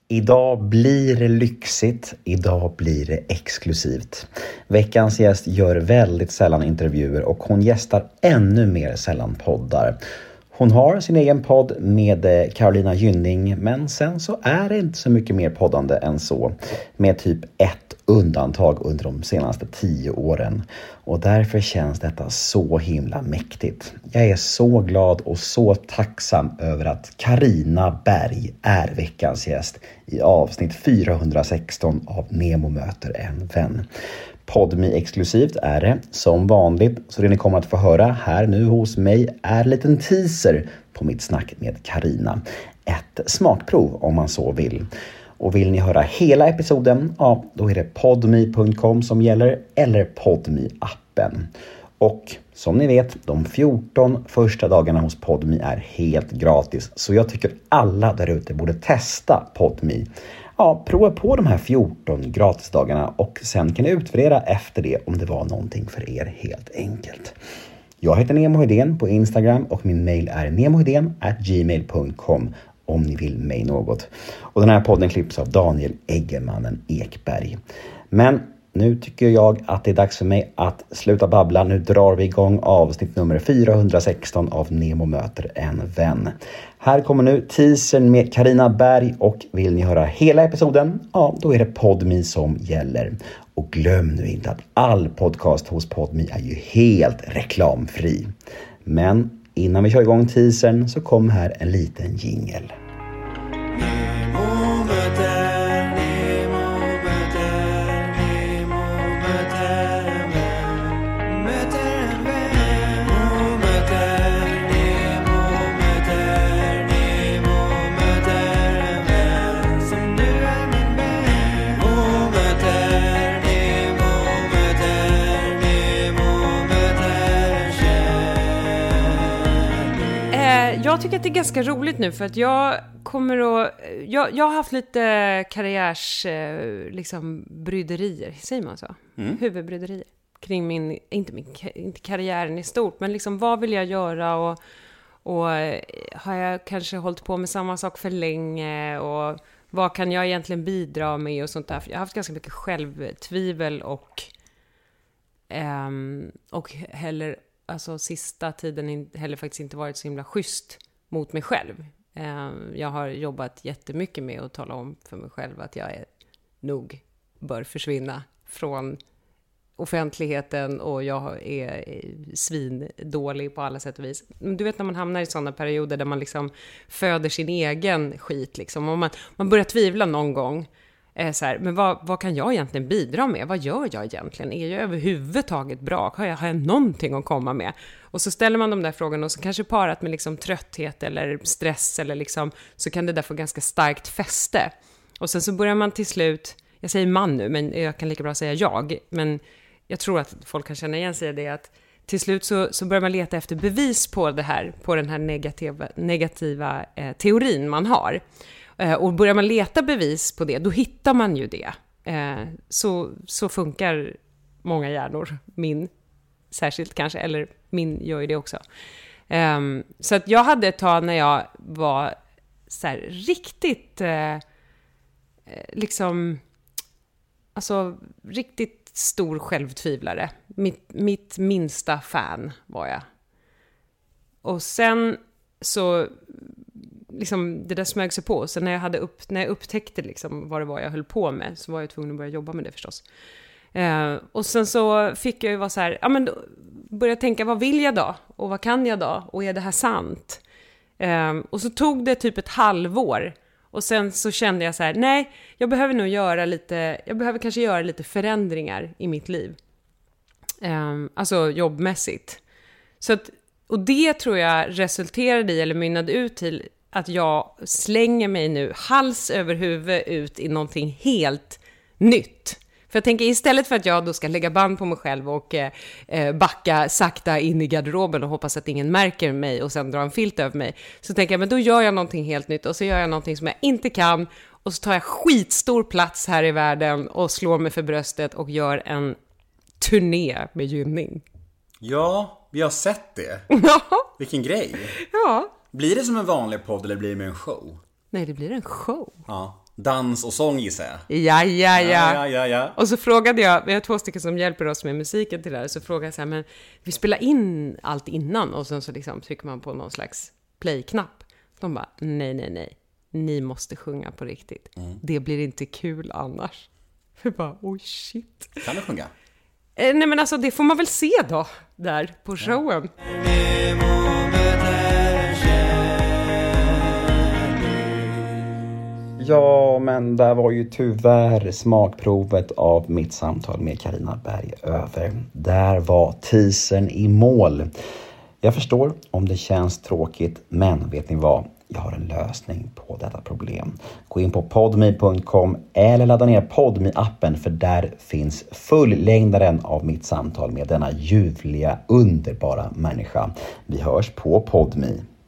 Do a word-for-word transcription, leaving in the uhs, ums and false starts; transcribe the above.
Idag blir det lyxigt, idag blir det exklusivt. Veckans gäst gör väldigt sällan intervjuer och hon gästar ännu mer sällan poddar. Hon har sin egen podd med Carolina Gynning, men sen så är det inte så mycket mer poddande än så. Med typ ett undantag under de senaste tio åren. Och därför känns detta så himla mäktigt. Jag är så glad och så tacksam över att Carina Berg är veckans gäst i avsnitt fyrahundrasexton av Nemo möter en vän. Podmi exklusivt är det som vanligt, så det ni kommer att få höra här nu hos mig är en liten teaser på mitt snack med Carina. Ett smakprov om man så vill. Och vill ni höra hela episoden, ja då är det podmi punkt com som gäller eller Podmi-appen. Och som ni vet, de fjorton första dagarna hos Podmi är helt gratis. Så jag tycker alla där ute borde testa Podmi. Ja, prova på de här fjorton gratisdagarna och sen kan ni utvärdera efter det om det var någonting för er helt enkelt. Jag heter Nemo Hedén på Instagram och min mail är nemohedén at gmail punkt com om ni vill mig något. Och den här podden klipps av Daniel Eggemannen Ekberg. Men nu tycker jag att det är dags för mig att sluta babbla. Nu drar vi igång avsnitt nummer fyrahundrasexton av Nemo möter en vän. Här kommer nu teasern med Carina Berg och vill ni höra hela episoden, ja då är det Podmi som gäller. Och glöm nu inte att all podcast hos Podmi är ju helt reklamfri. Men innan vi kör igång teasern så kom här en liten jingle. Jag tycker att det är ganska roligt nu för att jag kommer att... Jag, jag har haft lite karriärs... Liksom bryderier, säger man så? Mm. Huvudbryderier. Kring min... Inte, min, inte karriären i stort, men liksom vad vill jag göra och... Och har jag kanske hållit på med samma sak för länge och vad kan jag egentligen bidra med och sånt där. Jag har haft ganska mycket självtvivel och... Um, och heller... Alltså sista tiden heller faktiskt inte varit så himla schysst mot mig själv. Jag har jobbat jättemycket med att tala om för mig själv att jag är, nog bör försvinna från offentligheten och jag är svindålig på alla sätt och vis. Du vet när man hamnar i sådana perioder där man liksom föder sin egen skit liksom. Och man, man börjar tvivla någon gång. Så här, men vad, vad kan jag egentligen bidra med? Vad gör jag egentligen? Är jag överhuvudtaget bra? Har jag, har jag någonting att komma med? Och så ställer man de där frågorna och så kanske parat med liksom trötthet eller stress eller liksom, så kan det där få ganska starkt fäste. Och sen så börjar man till slut, jag säger man nu men jag kan lika bra säga jag, men jag tror att folk kan känna igen sig i det, att till slut så, så börjar man leta efter bevis på det här, på den här negativa, negativa eh, teorin man har. Och börjar man leta bevis på det, då hittar man ju det. Så, så funkar många hjärnor. Min särskilt kanske, eller min gör ju det också. Så att jag hade ett tag när jag var så här riktigt, liksom, alltså riktigt stor självtvivlare. Mitt, mitt minsta fan var jag. Och sen så... Liksom, det där smög sig på. Så när jag, hade upp, när jag upptäckte liksom vad det var jag höll på med, så var jag tvungen att börja jobba med det förstås. Eh, och sen så fick jag ju vara så här, ja men då började jag tänka, vad vill jag då? Och vad kan jag då? Och är det här sant? Eh, och så tog det typ ett halvår. Och sen så kände jag så här, nej, jag behöver nog göra lite, jag behöver kanske göra lite förändringar i mitt liv. Eh, alltså jobbmässigt. Så att, och det tror jag resulterade i, eller mynnade ut till, att jag slänger mig nu hals över huvud ut i någonting helt nytt. För jag tänker, istället för att jag då ska lägga band på mig själv och eh, backa sakta in i garderoben och hoppas att ingen märker mig och sen dra en filt över mig, så tänker jag, men då gör jag någonting helt nytt och så gör jag någonting som jag inte kan och så tar jag skitstor plats här i världen och slår mig för bröstet och gör en turné med Gynning. Ja, vi har sett det. Ja. Vilken grej. Ja. Blir det som en vanlig podd eller blir det med en show? Nej, det blir en show. Ja. Dans och sång gissar jag. Ja, ja, ja. Ja, ja, ja. Och så frågade jag, vi har två stycken som hjälper oss med musiken till det här, så frågade jag så här, men vi spelar in allt innan och sen så liksom trycker man på någon slags play-knapp. De bara, nej, nej, nej. Ni måste sjunga på riktigt. Mm. Det blir inte kul annars. Vi bara, oj shit. Kan du sjunga? Eh, nej men alltså, det får man väl se då, där på showen. Ja. Ja, men där var ju tyvärr smakprovet av mitt samtal med Carina Berg över. Där var teasern i mål. Jag förstår om det känns tråkigt, men vet ni vad? Jag har en lösning på detta problem. Gå in på podme punkt com eller ladda ner Podme-appen, för där finns fullängdaren av mitt samtal med denna ljuvliga, underbara människa. Vi hörs på Podme.